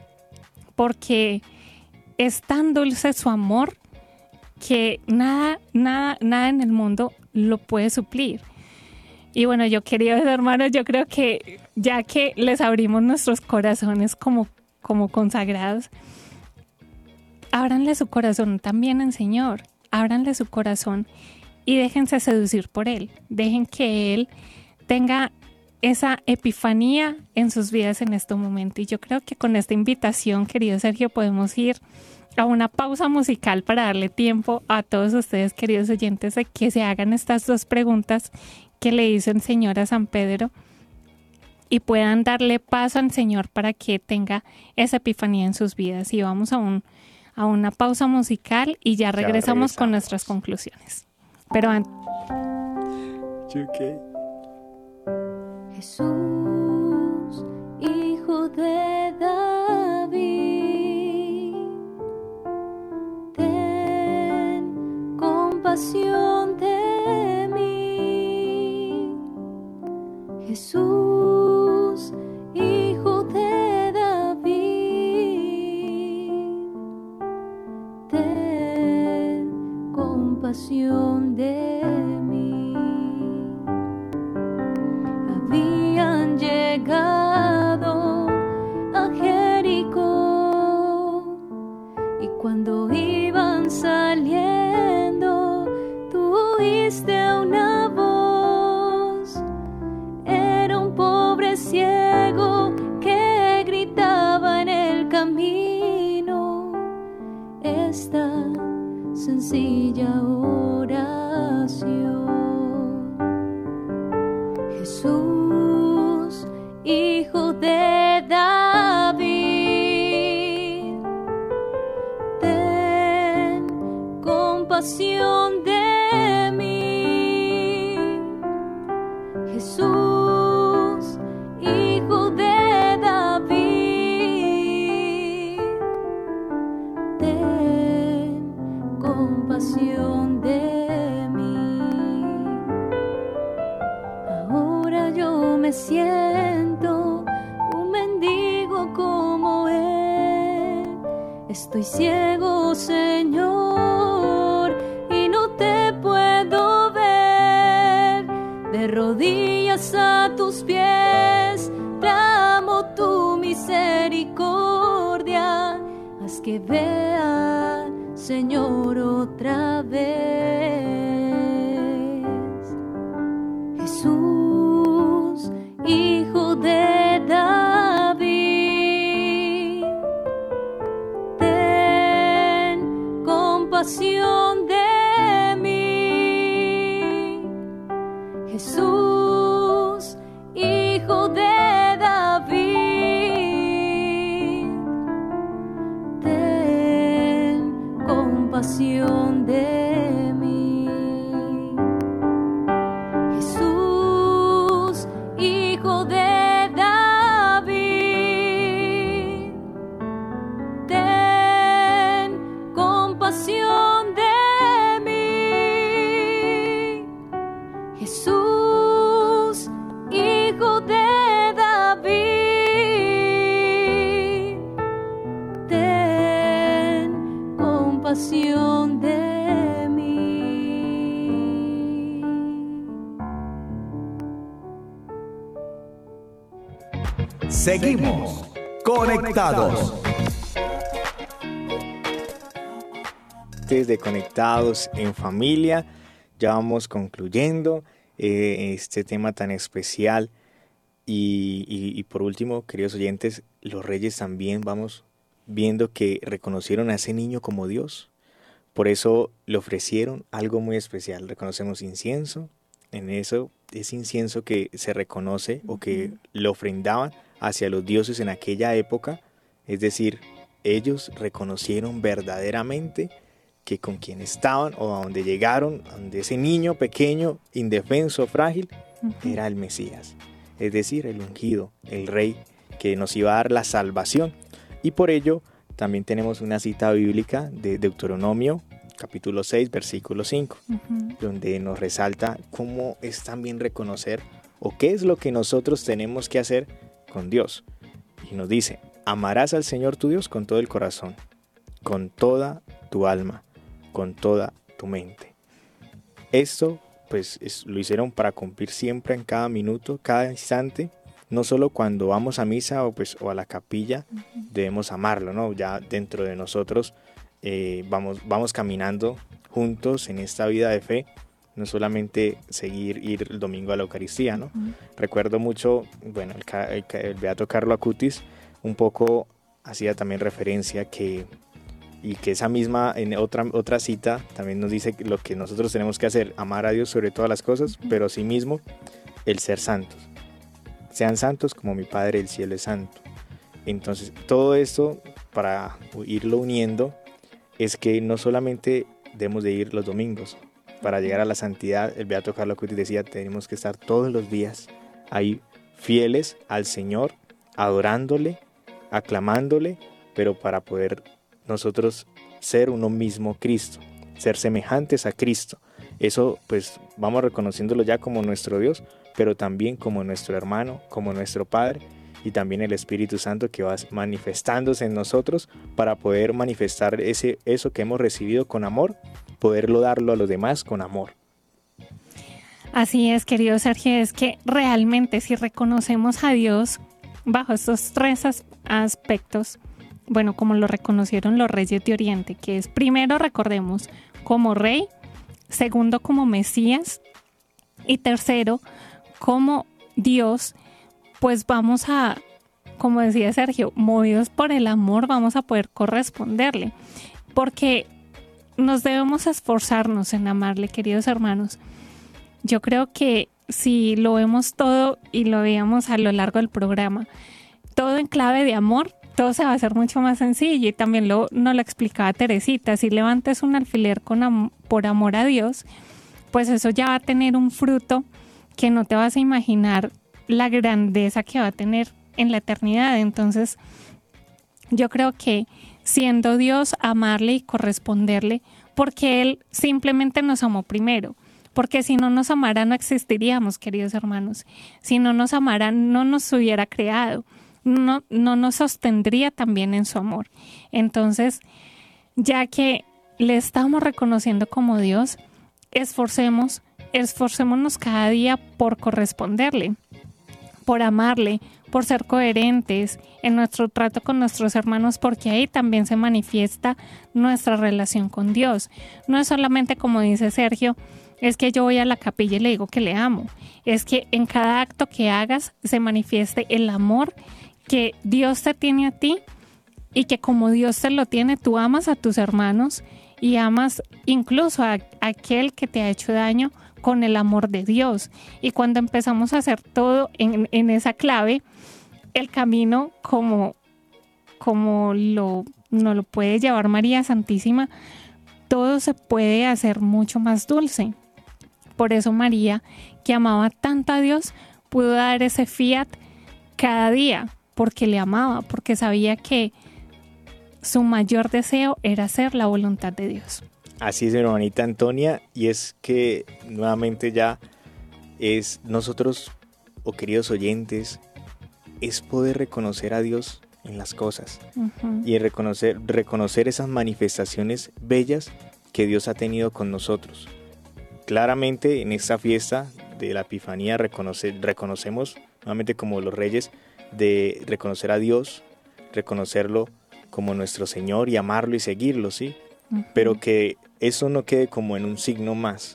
Speaker 3: porque es tan dulce su amor que nada en el mundo lo puede suplir. Y bueno, yo, queridos hermanos, yo creo que ya que les abrimos nuestros corazones como consagrados, ábranle su corazón también al Señor, ábranle su corazón y déjense seducir por Él. Dejen que Él tenga esa epifanía en sus vidas en este momento. Y yo creo que con esta invitación, querido Sergio, podemos ir a una pausa musical para darle tiempo a todos ustedes, queridos oyentes, de que se hagan estas dos preguntas que le hizo el Señor a San Pedro y puedan darle paso al Señor para que tenga esa epifanía en sus vidas. Y vamos a una pausa musical y ya regresamos con nuestras conclusiones. Pero antes...
Speaker 1: Jesús, Hijo de David, ten compasión de mí. Jesús, Hijo de David, ten compasión de mí. compasión de mí. Jesús, Hijo de David, ten compasión de mí. Ahora yo me siento un mendigo como Él. Estoy ciego, Señor, y no te puedo ver. De rodillas a tus pies clamo tu misericordia. Haz que vea, Señor, otra vez. Jesús, Hijo de David, ten compasión de mí. Jesús, Hijo de David, ten compasión de mí. Jesús, Hijo de David, ten compasión de mí. Jesús, Hijo de David, ten compasión de mí.
Speaker 2: Seguimos conectados.
Speaker 4: De Conectados en Familia, ya vamos concluyendo este tema tan especial y por último, queridos oyentes, los reyes también vamos viendo que reconocieron a ese niño como Dios, por eso le ofrecieron algo muy especial. Reconocemos incienso, en eso ese incienso que se reconoce o que le ofrendaban hacia los dioses en aquella época, es decir, ellos reconocieron verdaderamente que con quien estaban o a donde llegaron, donde ese niño pequeño, indefenso, frágil, era el Mesías, es decir, el ungido, el rey que nos iba a dar la salvación. Y por ello también tenemos una cita bíblica de Deuteronomio, capítulo 6, versículo 5, donde nos resalta cómo es también reconocer o qué es lo que nosotros tenemos que hacer con Dios. Y nos dice: amarás al Señor tu Dios con todo el corazón, con toda tu alma, con toda tu mente. Esto pues lo hicieron para cumplir siempre, en cada minuto, cada instante. No solo cuando vamos a misa o a la capilla debemos amarlo, ¿no? Ya dentro de nosotros vamos caminando juntos en esta vida de fe, no solamente ir el domingo a la Eucaristía, ¿no? Recuerdo mucho, bueno, el beato Carlo Acutis un poco hacía también referencia que esa misma, en otra cita, también nos dice lo que nosotros tenemos que hacer: amar a Dios sobre todas las cosas, pero asimismo el ser santos. Sean santos como mi Padre del cielo es santo. Entonces, todo esto, para irlo uniendo, es que no solamente debemos de ir los domingos. Para llegar a la santidad, el beato Carlo Acutis decía, tenemos que estar todos los días ahí fieles al Señor, adorándole, aclamándole, pero para poder nosotros ser uno mismo Cristo, ser semejantes a Cristo. Eso pues vamos reconociéndolo ya como nuestro Dios, pero también como nuestro hermano, como nuestro Padre, y también el Espíritu Santo que va manifestándose en nosotros para poder manifestar eso que hemos recibido con amor, poderlo darlo a los demás con amor.
Speaker 3: Así es, querido Sergio, es que realmente si reconocemos a Dios bajo estos tres aspectos, bueno, como lo reconocieron los reyes de Oriente, que es primero, recordemos, como rey, segundo, como Mesías, y tercero, como Dios, pues vamos a, como decía Sergio, movidos por el amor, vamos a poder corresponderle, porque nos debemos esforzarnos en amarle, queridos hermanos. Yo creo que si lo vemos todo y lo veíamos a lo largo del programa, todo en clave de amor, todo se va a hacer mucho más sencillo. Y también nos lo explicaba Teresita: si levantes un alfiler por amor a Dios, pues eso ya va a tener un fruto que no te vas a imaginar la grandeza que va a tener en la eternidad. Entonces, yo creo que siendo Dios, amarle y corresponderle, porque Él simplemente nos amó primero. Porque si no nos amara no existiríamos, queridos hermanos. Si no nos amara no nos hubiera creado, no nos sostendría también en su amor. Entonces, ya que le estamos reconociendo como Dios, esforcémonos cada día por corresponderle, por amarle, por ser coherentes en nuestro trato con nuestros hermanos, porque ahí también se manifiesta nuestra relación con Dios. No es solamente, como dice Sergio, es que yo voy a la capilla y le digo que le amo. Es que en cada acto que hagas se manifieste el amor que Dios te tiene a ti, y que como Dios te lo tiene, tú amas a tus hermanos y amas incluso a aquel que te ha hecho daño con el amor de Dios. Y cuando empezamos a hacer todo en esa clave, el camino como nos lo puede llevar María Santísima, todo se puede hacer mucho más dulce. Por eso María, que amaba tanto a Dios, pudo dar ese fiat cada día, porque le amaba, porque sabía que su mayor deseo era hacer la voluntad de Dios.
Speaker 4: Así es, hermanita Antonia, y es que nuevamente ya es nosotros, queridos oyentes, es poder reconocer a Dios en las cosas. Uh-huh. Y reconocer esas manifestaciones bellas que Dios ha tenido con nosotros. Claramente en esta fiesta de la Epifanía reconocemos nuevamente como los reyes de reconocer a Dios, reconocerlo como nuestro Señor y amarlo y seguirlo, ¿sí? Uh-huh. Pero que eso no quede como en un signo más.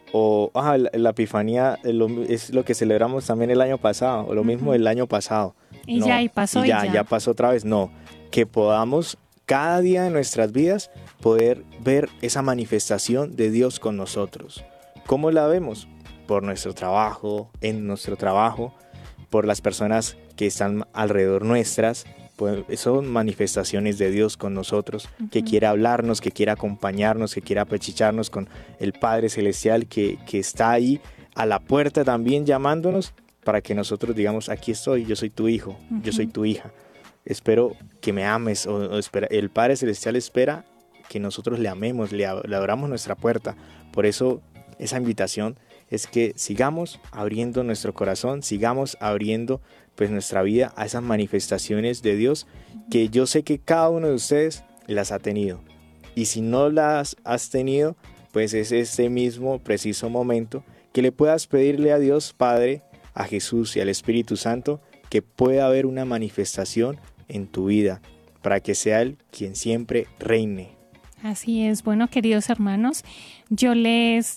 Speaker 4: La Epifanía es lo que celebramos también el año pasado, o lo mismo del año pasado.
Speaker 3: Y no, ya pasó.
Speaker 4: Ya pasó otra vez. No, que podamos cada día de nuestras vidas poder ver esa manifestación de Dios con nosotros. ¿Cómo la vemos? Por nuestro trabajo, en nuestro trabajo, por las personas que están alrededor nuestras. Pues son manifestaciones de Dios con nosotros, uh-huh. Que quiere hablarnos, que quiere acompañarnos, que quiere apechicharnos con el Padre Celestial que está ahí a la puerta también llamándonos para que nosotros digamos, aquí estoy, yo soy tu hijo, uh-huh. Yo soy tu hija, espero que me ames, el Padre Celestial espera que nosotros le amemos, le abramos nuestra puerta. Por eso esa invitación es que sigamos abriendo nuestro corazón, sigamos abriendo pues nuestra vida a esas manifestaciones de Dios que yo sé que cada uno de ustedes las ha tenido. Y si no las has tenido, pues es este mismo preciso momento que le puedas pedirle a Dios Padre, a Jesús y al Espíritu Santo que pueda haber una manifestación en tu vida para que sea Él quien siempre reine.
Speaker 3: Así es. Bueno, queridos hermanos, yo les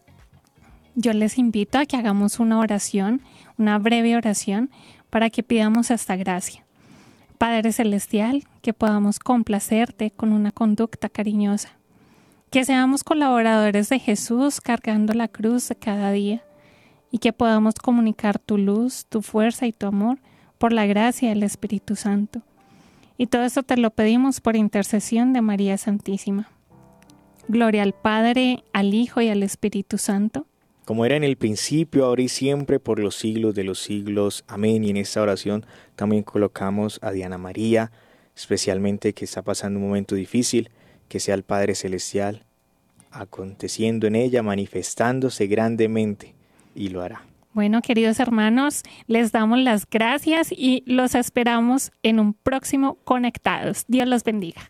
Speaker 3: invito a que hagamos una oración, una breve oración, para que pidamos esta gracia. Padre Celestial, que podamos complacerte con una conducta cariñosa, que seamos colaboradores de Jesús cargando la cruz de cada día, y que podamos comunicar tu luz, tu fuerza y tu amor por la gracia del Espíritu Santo. Y todo esto te lo pedimos por intercesión de María Santísima. Gloria al Padre, al Hijo y al Espíritu Santo,
Speaker 4: como era en el principio, ahora y siempre, por los siglos de los siglos. Amén. Y en esta oración también colocamos a Diana María, especialmente que está pasando un momento difícil, que sea el Padre Celestial aconteciendo en ella, manifestándose grandemente, y lo hará.
Speaker 3: Bueno, queridos hermanos, les damos las gracias y los esperamos en un próximo Conectados. Dios los bendiga.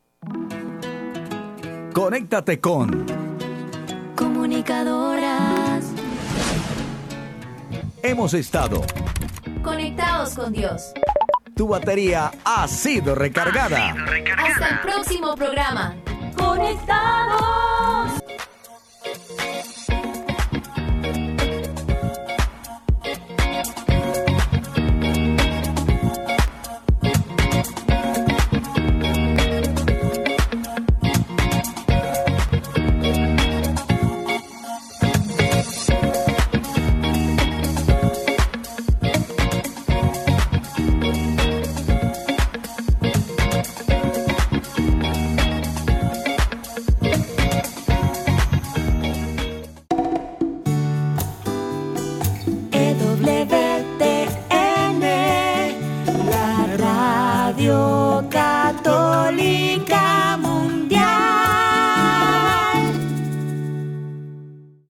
Speaker 2: Conéctate con
Speaker 5: Comunicadoras.
Speaker 2: Hemos estado
Speaker 5: Conectados con Dios.
Speaker 2: Tu batería ha sido recargada.
Speaker 5: Hasta el próximo programa.
Speaker 1: Conectados.
Speaker 6: Radio Católica.